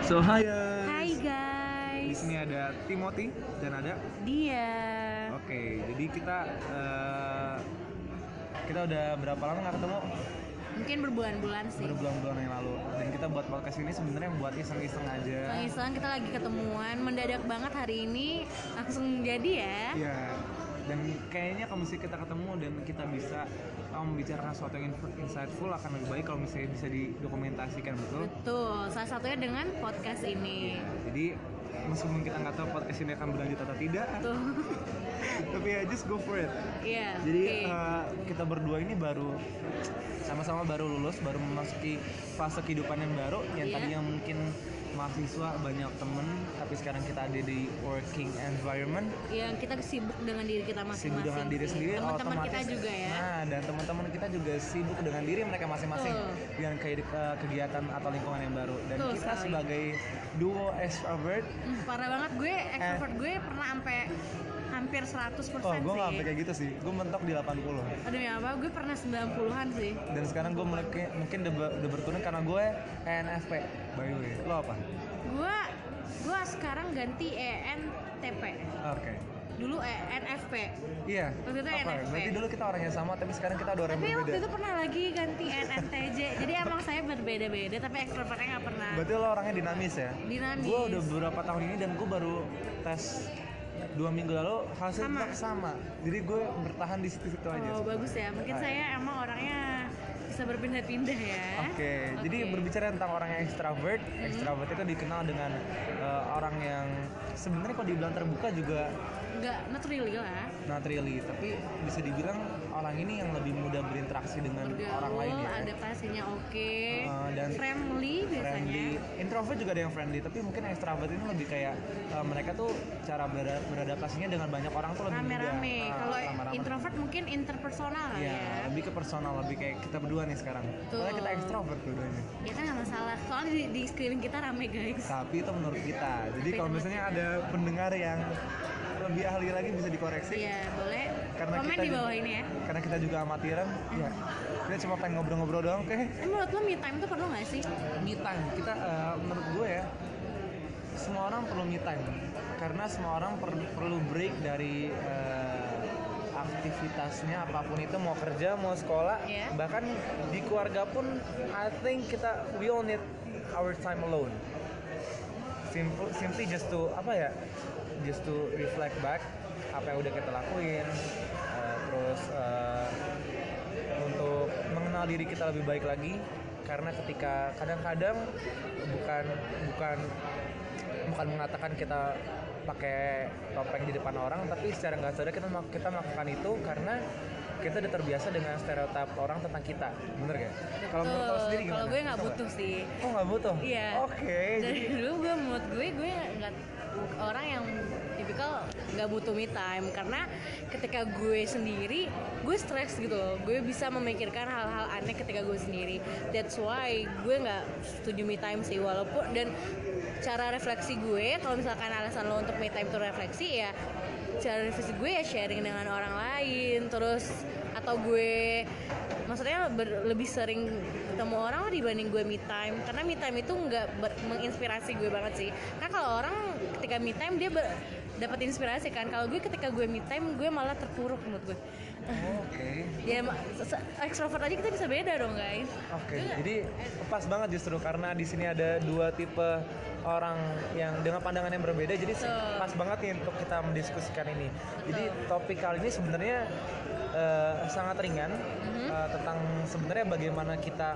So hi Hai guys. Di guys. sini ada Timothy dan ada. Dia. Oke, jadi kita udah berapa lama nggak ketemu? Mungkin berbulan-bulan sih. Berbulan-bulan yang lalu. Dan kita buat podcast ini sebenarnya buat iseng-iseng aja. Iseng kita lagi ketemuan, mendadak banget hari ini langsung jadi ya. Iya. Dan kayaknya kalau misalnya kita ketemu dan kita bisa membicarakan sesuatu yang insightful akan lebih baik kalau misalnya bisa didokumentasikan, betul? Betul. Salah satunya dengan podcast ini. Jadi meskipun kita nggak tahu podcast ini akan berlanjut atau tidak, Tuh. tapi ya just go for it. Iya. Jadi oke. kita berdua ini sama-sama baru lulus, baru memasuki fase kehidupan yang baru yang Iya. tadinya mungkin mahasiswa banyak temen, tapi sekarang kita ada di working environment, Yang kita sibuk dengan diri kita sibuk masing-masing. dengan diri sih. sendiri. Teman-teman kita otomatis- juga ya. Nah, dan teman-teman kita juga sibuk dengan diri mereka masing-masing Betul. dengan kegiatan atau lingkungan yang baru. Dan Betul kita sekali. sebagai duo extrovert, Parah banget gue, extrovert gue pernah sampai hampir 100% gue sih. nggak sampai kayak gitu sih, gue mentok di 80. Aduh ya apa, gue pernah 90-an sih. Dan sekarang gue mungkin udah berturun karena gue ENFP. By the way, lo apa? Gue sekarang ganti ENTP. Oke. Dulu ENFP. Iya. Waktu itu Apa? ENFP. Berarti dulu kita orang yang sama, tapi sekarang kita ada orang Tapi yang waktu berbeda. itu pernah lagi ganti ENTJ. Jadi emang saya berbeda-beda, tapi ekstrovertnya nggak pernah. Berarti lo orangnya dinamis ya? Dinamis. Gue udah beberapa tahun ini dan gue baru tes 2 minggu lalu, hasilnya sama. Jadi gue bertahan di situ-situ aja. Oh bagus ya. Mungkin saya emang orangnya bisa berpindah-pindah ya. Oke, jadi berbicara tentang orang yang extrovert, extrovert itu dikenal dengan orang yang sebenarnya kalau dibilang terbuka juga Not really lah. not really, tapi bisa dibilang orang ini yang lebih mudah berinteraksi dengan orang lain ya. Adaptasinya oke. Dan Friendly biasanya. friendly. Introvert juga ada yang friendly, tapi mungkin extrovert ini lebih kayak mereka tuh cara beradaptasinya dengan banyak orang tuh lebih Rame-rame. mudah. Kalau Rame-rame. introvert mungkin interpersonal lah Ya, ya. lebih ke personal, lebih kayak kita berdua nih sekarang. Betul. Soalnya kita extrovert dua-duanya. Ya kan nggak masalah. Soalnya di sekeliling kita rame guys. Tapi itu menurut kita. Jadi Tapi kalau menurut misalnya ada pendengar yang lebih ahli lagi bisa dikoreksi. Iya boleh. Karena Komen kita di bawah juga- ini ya. Karena kita juga amatiran, ya. Kita cuma pengen ngobrol-ngobrol doang, oke? Menurut lo me time tuh perlu nggak sih? Me time, kita menurut gue ya, semua orang perlu me time. Karena semua orang perlu break dari aktivitasnya apapun itu, mau kerja, mau sekolah, Yeah. bahkan di keluarga pun I think we all need our time alone. Simply just to reflect back apa yang udah kita lakuin, terus untuk mengenal diri kita lebih baik lagi. Karena ketika kadang-kadang bukan mengatakan kita pakai topeng di depan orang, tapi secara nggak sadar kita melakukan itu karena kita udah terbiasa dengan stereotip orang tentang kita, bener gak? Kalau menurut lo sendiri gimana? Kalau gue nggak Coba. butuh sih. Oh nggak butuh? Iya. Oke. Dari dulu menurut gue nggak orang yang tipikal nggak butuh me time, karena ketika gue sendiri gue stres gitu loh. Gue bisa memikirkan hal-hal aneh ketika gue sendiri. That's why gue nggak setuju me time sih, walaupun dan cara refleksi gue, kalau misalkan alasan lo untuk me time itu refleksi, ya cara refleksi gue ya sharing dengan orang lain, terus atau gue maksudnya lebih sering ketemu orang lah dibanding gue me time, karena me time itu nggak menginspirasi gue banget sih. Karena kalau orang ketika me time dia dapat inspirasi kan, kalau gue ketika gue me time gue malah terpuruk menurut gue. Oke. Ya extrovert aja kita bisa beda dong guys. Oke, jadi pas banget justru karena di sini ada dua tipe orang yang dengan pandangan yang berbeda, jadi pas banget nih untuk kita mendiskusikan ini. Jadi topik kali ini sebenarnya sangat ringan tentang sebenarnya bagaimana kita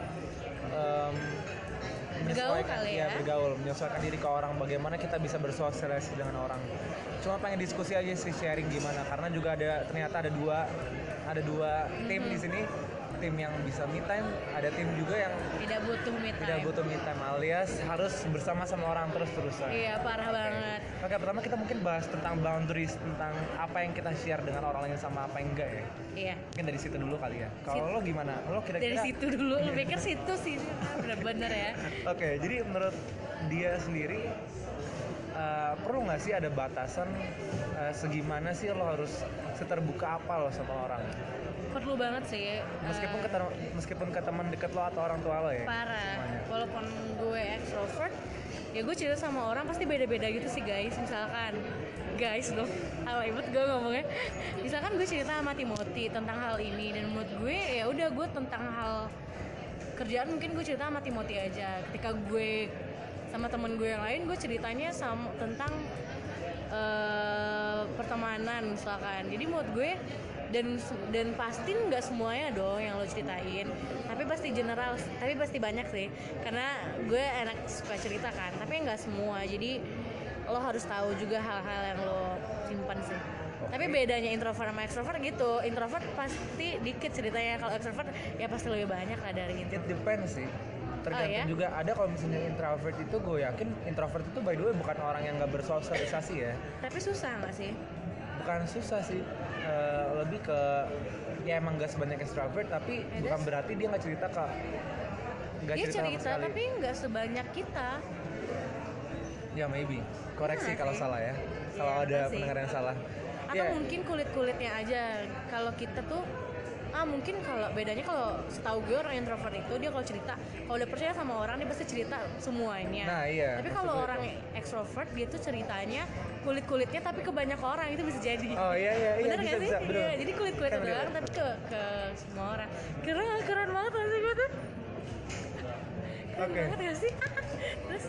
menyesuaikan diri ke orang, bagaimana kita bisa bersosialisasi dengan orang. Cuma pengen diskusi aja sih, sharing gimana, karena juga ternyata ada dua tim di sini, tim yang bisa me time, ada tim juga yang tidak butuh me time alias harus bersama sama orang terus-terusan. Iya, parah banget. Oke, pertama kita mungkin bahas tentang boundaries, tentang apa yang kita share dengan orang lain sama apa yang enggak ya. Iya. Mungkin dari situ dulu kali ya. Kalau lo gimana? Lo kira-kira Dari situ dulu, lo pikir situ sih bener-bener ya. Oke, jadi menurut dia sendiri perlu nggak sih ada batasan segimana sih lo harus seterbuka apa lo sama orang? Perlu banget sih. Meskipun ke teman dekat lo atau orang tua lo ya. Parah. Semuanya. Walaupun gue extrovert, ya gue cerita sama orang pasti beda-beda gitu sih guys. Misalkan guys dong, alay banget gue ngomongnya. Misalkan gue cerita sama Timothy tentang hal ini, dan menurut gue ya udah gue tentang hal kerjaan mungkin gue cerita sama Timothy aja. Ketika gue sama temen gue yang lain, gue ceritanya tentang pertemanan misalkan. Jadi menurut gue dan pasti nggak semuanya dong yang lo ceritain, tapi pasti banyak sih, karena gue enak suka cerita kan, tapi nggak semua. Jadi lo harus tahu juga hal-hal yang lo simpan sih. Okay. Tapi bedanya introvert sama extrovert gitu, introvert pasti dikit ceritanya, kalau extrovert ya pasti lebih banyak lah dari introvert. It depends sih, tergantung juga. Ada kalau misalnya introvert itu, gue yakin introvert itu by the way bukan orang yang nggak bersosialisasi ya. Tapi susah nggak sih? Bukan susah sih, lebih ke ya emang nggak sebanyak extrovert, tapi bukan berarti dia nggak cerita nggak dia cerita sama tapi nggak sebanyak kita. Ya maybe koreksi kalau salah ya, kalau ada pendengar yang salah. Atau mungkin kulit-kulitnya aja. Kalau kita tuh mungkin kalau bedanya, kalau setahu gue orang introvert itu dia kalau cerita, kalau udah percaya sama orang dia pasti cerita semuanya. Nah iya. Tapi kalau orang extrovert dia tuh ceritanya kulit-kulitnya tapi ke banyak orang, itu bisa jadi. Oh iya. Bener nggak sih? Bisa, iya, jadi kulit-kulitnya doang tapi ke semua orang. Keren banget gak sih gue tuh? Keren banget gak sih? Terus?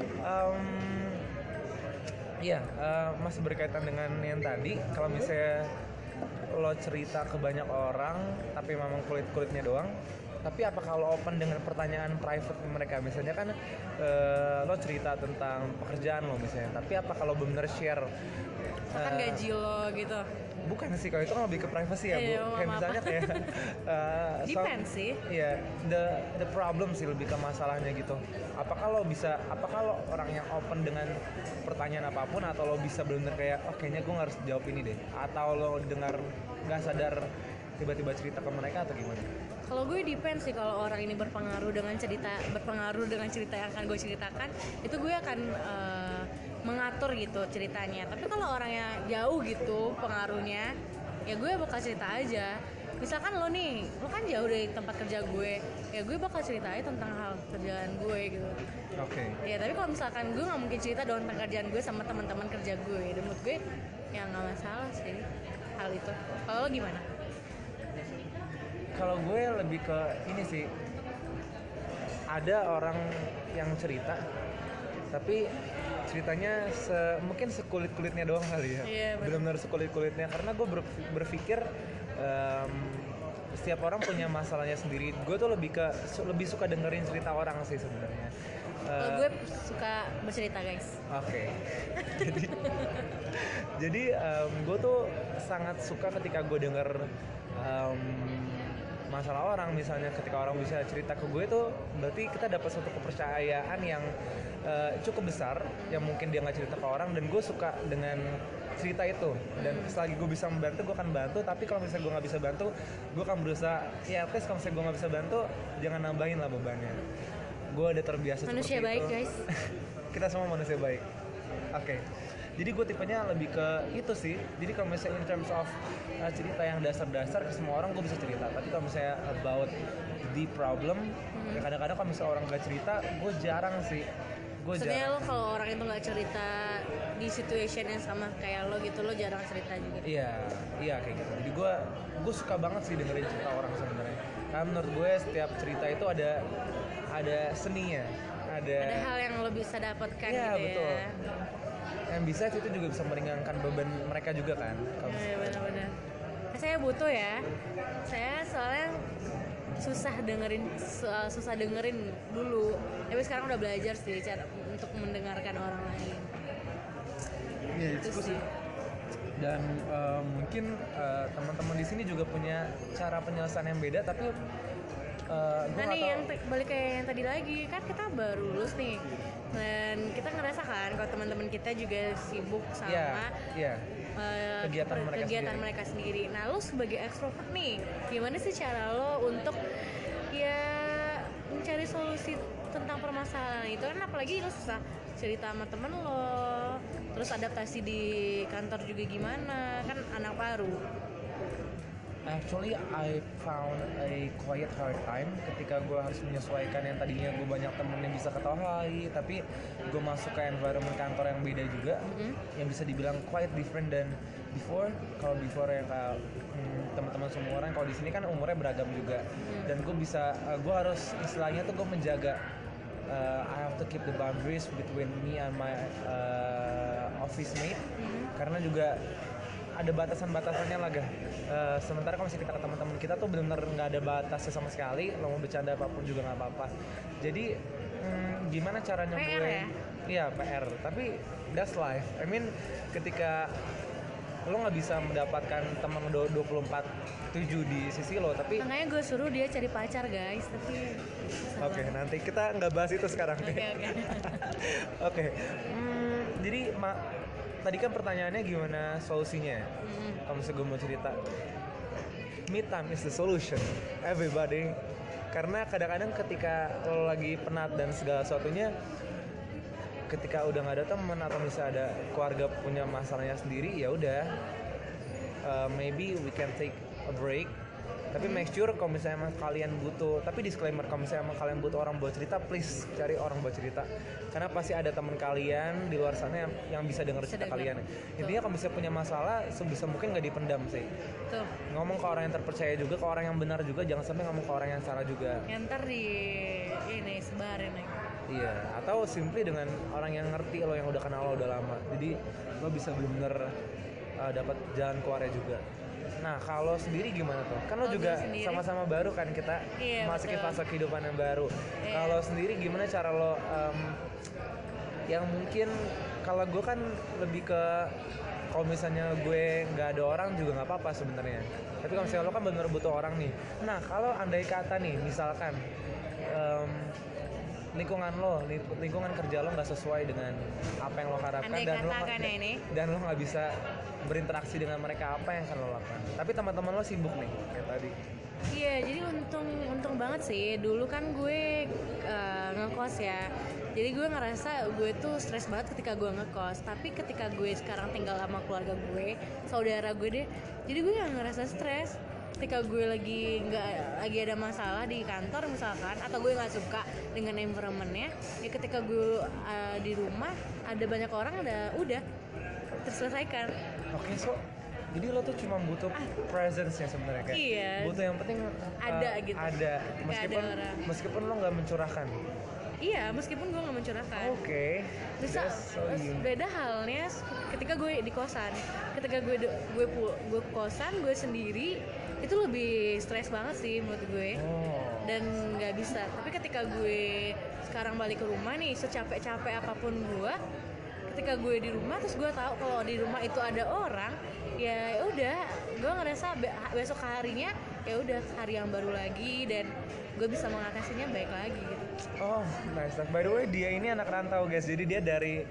Iya, masih berkaitan dengan yang tadi. Kalau misalnya lo cerita ke banyak orang tapi memang kulit-kulitnya doang, tapi apa kalau open dengan pertanyaan private mereka? Misalnya kan lo cerita tentang pekerjaan lo misalnya, tapi apa kalau benar share gaji lo gitu? Bukan sih, kalau itu kan lebih ke privacy ya, Bu. Kayak misalnya kayak depends sih. Iya, the problem sih, lebih ke masalahnya gitu. Apakah lo orang yang open dengan pertanyaan apapun, atau lo bisa benar-benar kayak kayaknya gue harus jawab ini deh, atau lo dengar nggak sadar tiba-tiba cerita ke mereka, atau gimana? Kalau gue depends sih, kalau orang ini berpengaruh dengan cerita yang akan gue ceritakan, itu gue akan mengatur gitu ceritanya. Tapi kalau orangnya jauh gitu pengaruhnya, ya gue bakal cerita aja. Misalkan lo kan jauh dari tempat kerja gue, ya gue bakal ceritain tentang hal kerjaan gue gitu. Oke. Ya tapi kalau misalkan gue nggak mungkin cerita dong tentang kerjaan gue sama teman-teman kerja gue, dan menurut gue ya nggak masalah sih hal itu. Kalau lo gimana? Kalau gue lebih ke ini sih, ada orang yang cerita tapi ceritanya mungkin sekulit-kulitnya doang kali ya. Iya, benar-benar sekulit-kulitnya, karena gue berpikir setiap orang punya masalahnya sendiri. Gue tuh lebih suka dengerin cerita orang sih sebenarnya. Kalau gue suka bercerita guys. Oke. Jadi gue tuh sangat suka ketika gue denger masalah orang. Misalnya ketika orang bisa cerita ke gue tuh berarti kita dapat suatu kepercayaan yang cukup besar, yang mungkin dia nggak cerita ke orang, dan gue suka dengan cerita itu. Dan selagi gue bisa membantu, gue akan bantu. Tapi kalau misalnya gue nggak bisa bantu, gue akan berusaha ya, at least kalau misalnya gue nggak bisa bantu, jangan nambahin lah bebannya. Gue udah terbiasa manusia seperti baik itu. guys. Kita semua manusia baik. Oke. Jadi gue tipenya lebih ke itu sih. Jadi kalau misalnya in terms of cerita yang dasar-dasar ke semua orang, gue bisa cerita. Tapi kalau misalnya about the problem, ya kadang-kadang kalau misalnya orang gak cerita, gue jarang sih. Maksudnya lo kalau orang itu nggak cerita di situation yang sama kayak lo gitu, lo jarang cerita juga. Iya kayak gitu. Jadi gue suka banget sih dengerin cerita orang sebenarnya. Karena menurut gue setiap cerita itu ada seninya, ada hal yang lo bisa dapatkan gitu betul. ya. Yang bisa itu juga bisa meringankan beban mereka juga kan. Iya benar-benar. Saya butuh ya. Saya soalnya susah dengerin dulu. Tapi sekarang udah belajar sih cara untuk mendengarkan orang lain. Iya itu sih. Dan mungkin teman-teman di sini juga punya cara penyelesaian yang beda, tapi nah nih yang balik kayak yang tadi lagi, kan kita baru lulus nih, dan kita ngerasa kan kalau teman-teman kita juga sibuk sama kegiatan mereka sendiri. Nah lo sebagai extrovert nih, gimana sih cara lo untuk ya mencari solusi tentang permasalahan itu kan? Apalagi lo susah cerita sama temen lo, terus adaptasi di kantor juga gimana, kan anak baru. Actually, I found a quite hard time ketika gue harus menyesuaikan yang tadinya gue banyak temen yang bisa ketahui, tapi gue masuk ke environment kantor yang beda juga, yang bisa dibilang quite different than before. Kalau before ya kayak teman-teman semua orang, kalau di sini kan umurnya beragam juga, dan gue bisa, gue harus istilahnya tuh gue menjaga. I have to keep the boundaries between me and my office mate, karena juga ada batasan-batasannya lah gak. Sementara kalau misalnya kita ke teman-teman kita tuh benar-benar nggak ada batasnya sama sekali, lo mau bercanda apapun juga nggak apa-apa. Jadi gimana caranya PR gue? ya? Iya PR, tapi that's life. I mean ketika lo nggak bisa mendapatkan teman 24/7 di sisi lo, tapi Makanya gue suruh dia cari pacar guys, tapi Oke, nanti kita nggak bahas itu sekarang. Oke. Oke. Jadi tadi kan pertanyaannya gimana solusinya? Kalau misalnya gue mau cerita, me time is the solution, everybody. Karena kadang-kadang ketika lo lagi penat dan segala sesuatunya, ketika udah nggak ada teman atau misalnya ada keluarga punya masalahnya sendiri, ya udah, maybe we can take a break. Tapi make sure kalau misalnya emang kalian butuh, tapi disclaimer, kalau misalnya emang kalian butuh orang buat cerita, please cari orang buat cerita, karena pasti ada teman kalian di luar sana yang bisa dengar cerita kalian. Intinya kalau misalnya punya masalah, sebisa mungkin nggak dipendam sih. Tuh. Ngomong ke orang yang terpercaya juga, ke orang yang benar juga, jangan sampai ngomong ke orang yang salah juga. Yang ntar di ini sebarin nih. Iya, atau simply dengan orang yang ngerti lo, yang udah kenal lo udah lama, jadi lo bisa benar-benar dapat jalan keluarnya juga. Nah, kalau sendiri gimana tuh? Kan lo juga sama-sama baru kan, kita masukin fase kehidupan yang baru. Kalau sendiri gimana cara lo yang mungkin, kalau gue kan lebih ke, kalau misalnya gue nggak ada orang juga nggak apa-apa sebenarnya. Tapi kalau misalnya lo kan benar butuh orang nih. Nah, kalau andai kata nih, misalkan lingkungan lo, lingkungan kerja lo nggak sesuai dengan apa yang lo harapkan, dan lo nggak bisa berinteraksi dengan mereka, apa yang akan lo lakukan? Tapi teman-teman lo sibuk nih kayak tadi. Iya, jadi untung banget sih. Dulu kan gue ngekos ya. Jadi gue ngerasa gue tuh stres banget ketika gue ngekos. Tapi ketika gue sekarang tinggal sama keluarga gue, saudara gue deh, jadi gue nggak ngerasa stres. Ketika gue lagi ada masalah di kantor misalkan, atau gue nggak suka dengan environmentnya, ya ketika gue di rumah ada banyak orang, udah terselesaikan. Oke, so jadi lo tuh cuma butuh presence-nya sebenarnya, kayak butuh yang penting ada gitu. Ada meskipun lo nggak mencurahkan. Iya, meskipun gue nggak mencurahkan. Oke. Bisa beda halnya ketika gue di kosan. Ketika gue kosan, gue sendiri, itu lebih stres banget sih menurut gue. Dan nggak bisa. Tapi ketika gue sekarang balik ke rumah nih, secapek-capek apapun gue, ketika gue di rumah terus gue tahu kalau di rumah itu ada orang, ya udah, gue ngerasa besok harinya ya udah hari yang baru lagi, dan gue bisa mengatasinya baik lagi gitu. Oh, nice. By the way, dia ini anak rantau guys. Jadi dia dari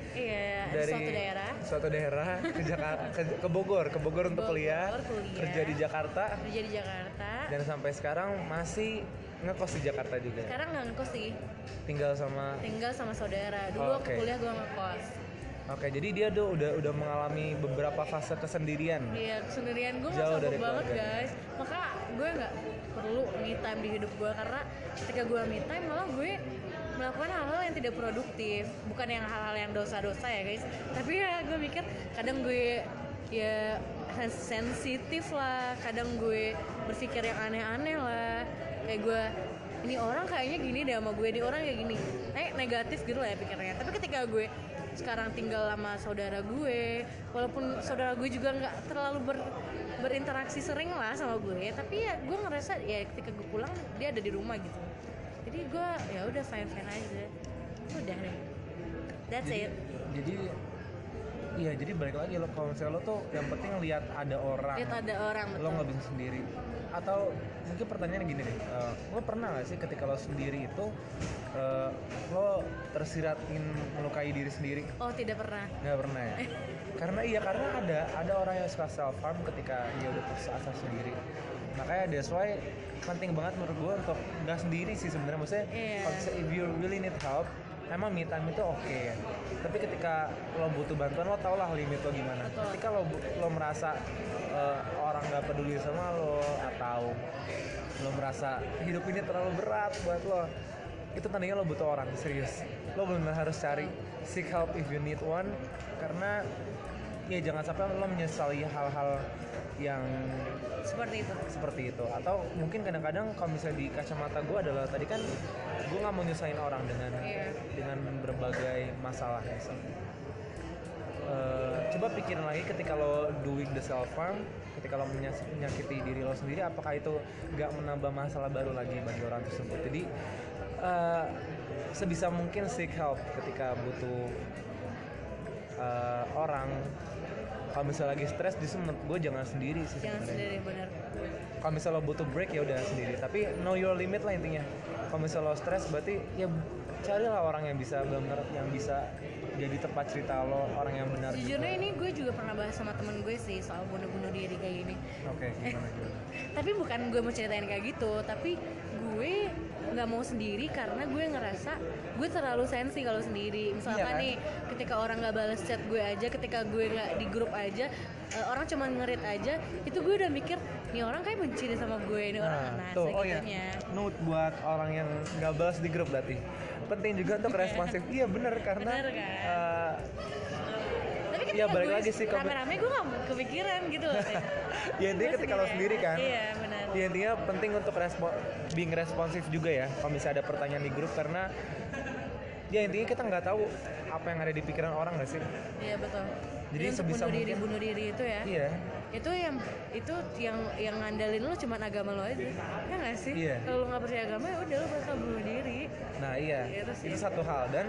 suatu daerah ke Jakarta, ke Bogor untuk kuliah, kerja di Jakarta. Dan sampai sekarang masih ngekos di Jakarta juga. Sekarang nggak ngekos sih. Tinggal sama saudara. Dulu waktu kuliah gue ngekos. Oke, jadi dia udah mengalami beberapa fase kesendirian. Iya, kesendirian gue nggak sanggup banget guys. Maka gue nggak perlu me time di hidup gue, karena ketika gue me time malah gue melakukan hal-hal yang tidak produktif, bukan yang hal-hal yang dosa-dosa ya guys. Tapi ya gue mikir kadang gue ya sensitif lah, kadang gue berpikir yang aneh-aneh lah, kayak gue ini orang kayaknya gini deh sama gue, ini orang kayak gini, negatif gitu lah ya pikirnya. Tapi ketika gue sekarang tinggal sama saudara gue, walaupun saudara gue juga nggak terlalu berinteraksi sering lah sama gue, tapi ya gue ngerasa ya ketika gue pulang dia ada di rumah gitu. Jadi gue ya udah fine aja, udah deh, that's it. Jadi balik lagi lo, kalau misalnya lo tuh yang penting lihat ada orang, betul. Lo nggak bisa sendiri. Atau mungkin pertanyaannya gini deh, lo pernah nggak sih ketika lo sendiri itu lo tersirat ingin melukai diri sendiri? Oh, tidak pernah. Nggak pernah ya? Karena ada orang yang suka self harm ketika dia udah putus asa sendiri. Makanya that's why penting banget menurut gue untuk nggak sendiri sih sebenarnya. Maksudnya kalau if you really need help, emang me time itu oke ya. Tapi ketika lo butuh bantuan, lo tau lah limit lo gimana. Betul. Ketika lo merasa orang nggak peduli sama lo, atau lo merasa hidup ini terlalu berat buat lo, itu tandanya lo butuh orang serius. Lo benar harus cari seek help if you need one, karena ya jangan sampai lo menyesali hal-hal yang seperti itu. Atau mungkin kadang-kadang kalau misalnya di kacamata gue adalah tadi kan gue nggak mau nyusahin orang dengan berbagai masalah ya. Coba pikirin lagi ketika lo doing the self harm, ketika lo menyakiti diri lo sendiri, apakah itu nggak menambah masalah baru lagi bagi orang tersebut. Jadi sebisa mungkin seek help ketika butuh orang. Kalau misalnya lagi stres, justru menurut gue jangan sendiri sih. Jangan sendiri, benar. Kalau misalnya lo butuh break ya udah sendiri. Tapi know your limit lah intinya. Kalau misalnya lo stres, berarti ya carilah orang yang bisa benar, yang bisa jadi tempat cerita lo, orang yang benar. Jujurnya ini gue juga pernah bahas sama temen gue sih soal bunuh diri kayak gini. Oke, gimana? Tapi bukan gue mau ceritain kayak gitu, tapi gue nggak mau sendiri karena gue ngerasa gue terlalu sensi kalau sendiri. Misalkan Iya kan? nih, ketika orang nggak balas chat gue aja, ketika gue nggak di grup aja, orang cuma ngerit aja, itu gue udah mikir nih orang kayak benci deh sama gue, ini orang tuh, segitunya. Note buat orang yang nggak balas di grup berarti penting juga untuk responsif. Iya bener, karena Bener kan? Tapi ketika ya balik gue lagi sih rame-rame gue nggak kepikiran gitu loh. ya intinya Gue ketika lo sendiri kan. Iya benar. Ya intinya penting untuk being responsif juga ya kalau misalnya ada pertanyaan di grup, karena ya intinya kita nggak tahu apa yang ada di pikiran orang nggak sih. Iya betul. Jadi untuk sebisa bunuh diri itu ya. Iya. Itu yang ngandalin lo cuma agama lo aja, ya nggak sih? Iya. Kalau lo nggak percaya agama ya udah lo bakal bunuh diri. Nah iya, itu satu hal. Dan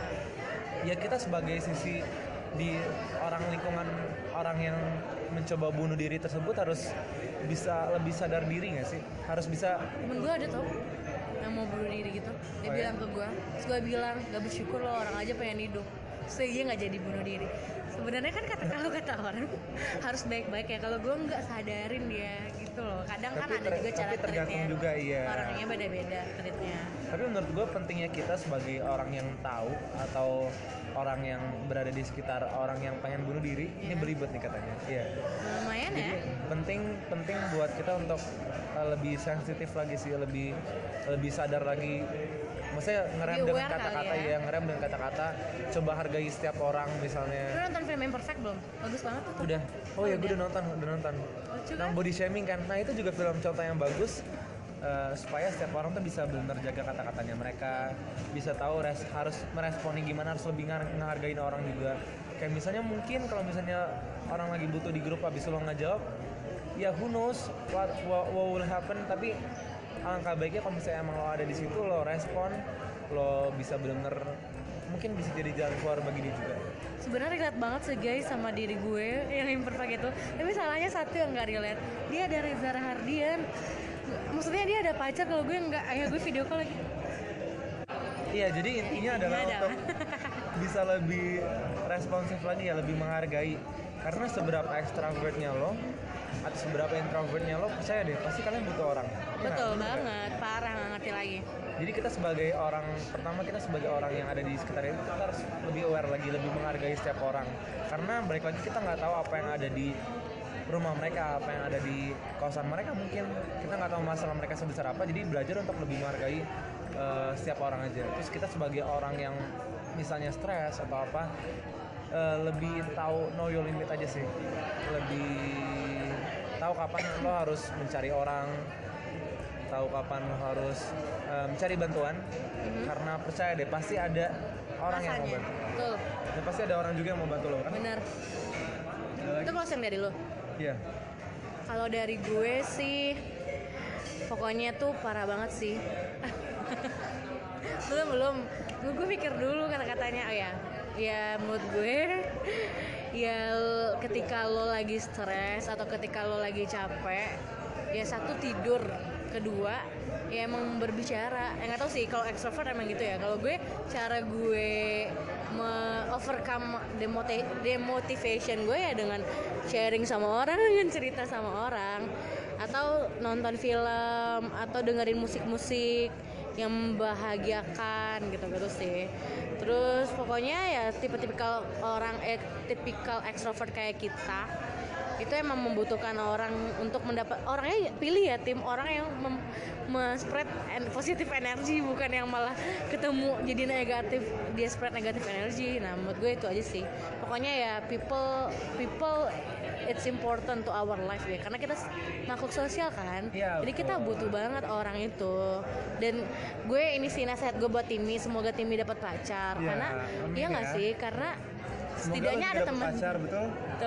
ya kita sebagai sisi di orang lingkungan orang yang mencoba bunuh diri tersebut harus bisa lebih sadar diri nggak sih? Harus bisa. Temen gue ada tau yang mau bunuh diri gitu, dia bilang ke gue, terus gue bilang gak bersyukur lo, orang aja pengen hidup, so dia nggak jadi bunuh diri. Sebenarnya kan kata orang harus baik-baik ya, kalau gue nggak sadarin dia gitu loh. Kadang kan ada juga cara tergantung treatnya, juga, iya. orangnya beda-beda treatnya. Tapi menurut gue pentingnya kita sebagai orang yang tahu atau orang yang berada di sekitar orang yang pengen bunuh diri, ini beribet nih katanya. Iya. Lumayan Jadi ya. penting buat kita untuk lebih sensitif lagi sih, lebih sadar lagi. Maksudnya ngerem dengan kata-kata ya, ngerem dengan kata-kata. Coba hargai setiap orang misalnya. Lu nonton film Imperfect belum? Bagus banget tuh. Udah. Oh ya, gue udah nonton. Yang body shaming kan. Nah itu juga film contoh yang bagus. Supaya setiap orang tuh bisa benar jaga kata-katanya mereka, bisa tahu harus meresponi gimana, harus lebih ngehargain orang juga. Kayak misalnya mungkin kalau misalnya orang lagi butuh di grup habis lo nggak jawab, ya who knows what will happen. Tapi alangkah baiknya kalau misalnya emang lo ada di situ, lo respon, lo bisa benar mungkin bisa jadi jalan keluar bagi dia juga. Sebenarnya relate banget sih guys sama diri gue yang Imperfect itu. Tapi salahnya satu yang nggak relate, dia ada Reza Rahardian. Maksudnya dia ada pacar, kalau gue nggak. Ayo gue video call lagi. Iya, jadi intinya adalah untuk bisa lebih responsif lagi ya, lebih menghargai. Karena seberapa extrovertnya lo atau seberapa introvertnya lo, percaya deh pasti kalian butuh orang. Betul banget, parah, nggak ngerti lagi. Jadi kita sebagai orang, pertama kita sebagai orang yang ada di sekitar itu, kita harus lebih aware lagi, lebih menghargai setiap orang. Karena balik lagi kita nggak tahu apa yang ada di rumah mereka, apa yang ada di kosan mereka, mungkin kita nggak tahu masalah mereka sebesar apa. Jadi belajar untuk lebih menghargai setiap orang aja. Terus kita sebagai orang yang misalnya stres atau apa, lebih tahu know your limit aja sih, lebih tahu kapan lo harus mencari orang, tahu kapan lo harus mencari bantuan. Karena percaya deh pasti ada orang yang mau bantu. Betul. Dan pasti ada orang juga yang mau bantu lo kan. Bener. Itu closing dari lo. Iya. Kalau dari gue sih pokoknya tuh parah banget sih. belum gue pikir dulu kata-katanya. Oh ya menurut gue ya ketika lo lagi stres atau ketika lo lagi capek, ya satu tidur, kedua ya emang berbicara. Nggak tahu sih kalau extrovert emang gitu ya. Kalau gue, cara gue overcome demotivation gue ya dengan sharing sama orang, dengan cerita sama orang, atau nonton film, atau dengerin musik-musik yang membahagiakan gitu sih. Terus pokoknya ya tipikal tipikal ekstrovert kayak kita itu emang membutuhkan orang untuk mendapat, orangnya pilih ya tim orang yang spread positif energi, bukan yang malah ketemu jadi negatif, dia spread negatif energi. Nah menurut gue itu aja sih, pokoknya ya people it's important to our life ya, karena kita makhluk sosial kan Ya, jadi kita butuh banget orang itu. Dan gue ini sih nasihat gue buat Timmy, semoga Timmy dapat pacar Ya, karena amin iya nggak ya. sih, karena Semoga setidaknya lo ada dapet teman pacar, betul?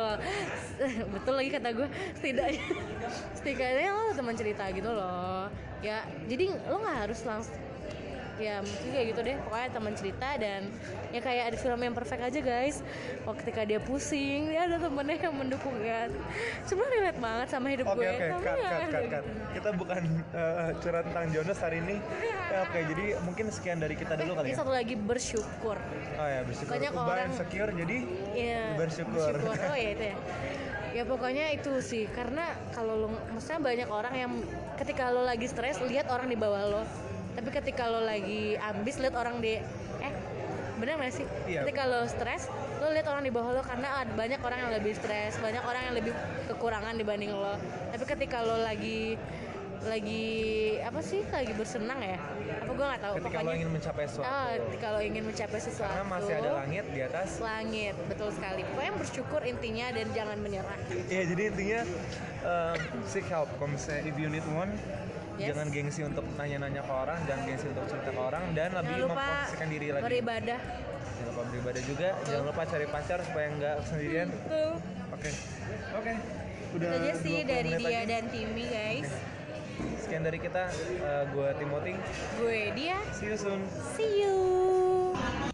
betul lagi kata gue, setidaknya lo ada teman cerita gitu loh ya, jadi lo nggak harus langsung ya, mungkin kayak gitu deh, pokoknya teman cerita. Dan ya kayak ada film yang perfect aja guys, waktu ketika dia pusing dia ada temennya yang mendukung ya, sebenarnya relate banget sama hidup gue. Oke, Tapi cut. ya, Kita bukan curhat tentang Jonas hari ini. Ya, oke, jadi mungkin sekian dari kita dulu kali ini ya. satu lagi, bersyukur. Oh ya, bersyukur. Banyak Ubah orang- insecure jadi Iya, bersyukur. Oh ya itu ya. Ya pokoknya itu sih, karena kalau lo, maksudnya banyak orang yang ketika lo lagi stres lihat orang di bawah lo, tapi ketika lo lagi ambis lihat orang di bener nggak sih? Iya. Ketika lo stres lo lihat orang di bawah lo, karena banyak orang yang lebih stres, banyak orang yang lebih kekurangan dibanding lo. Tapi ketika lo lagi apa sih, lagi bersenang ya, apa gue nggak tahu, Ketika lo ingin mencapai sesuatu. ketika lo ingin mencapai sesuatu Karena masih ada langit di atas. langit, betul sekali. Pokoknya bersyukur intinya dan jangan menyerah. Iya, jadi intinya seek help. Kalau misalnya if you need one, Yes. jangan gengsi untuk nanya-nanya ke orang, jangan gengsi untuk cerita ke orang, dan lebih Jangan lupa memposisikan diri lagi. beribadah. Jangan lupa beribadah juga. Jangan lupa cari pacar supaya nggak sendirian. Betul. Oke. Udah Itu aja sih 20 dari menit dia lagi. dan Timmy guys. Sekian dari kita. Gue Timothy. Gue dia. See you soon. See you.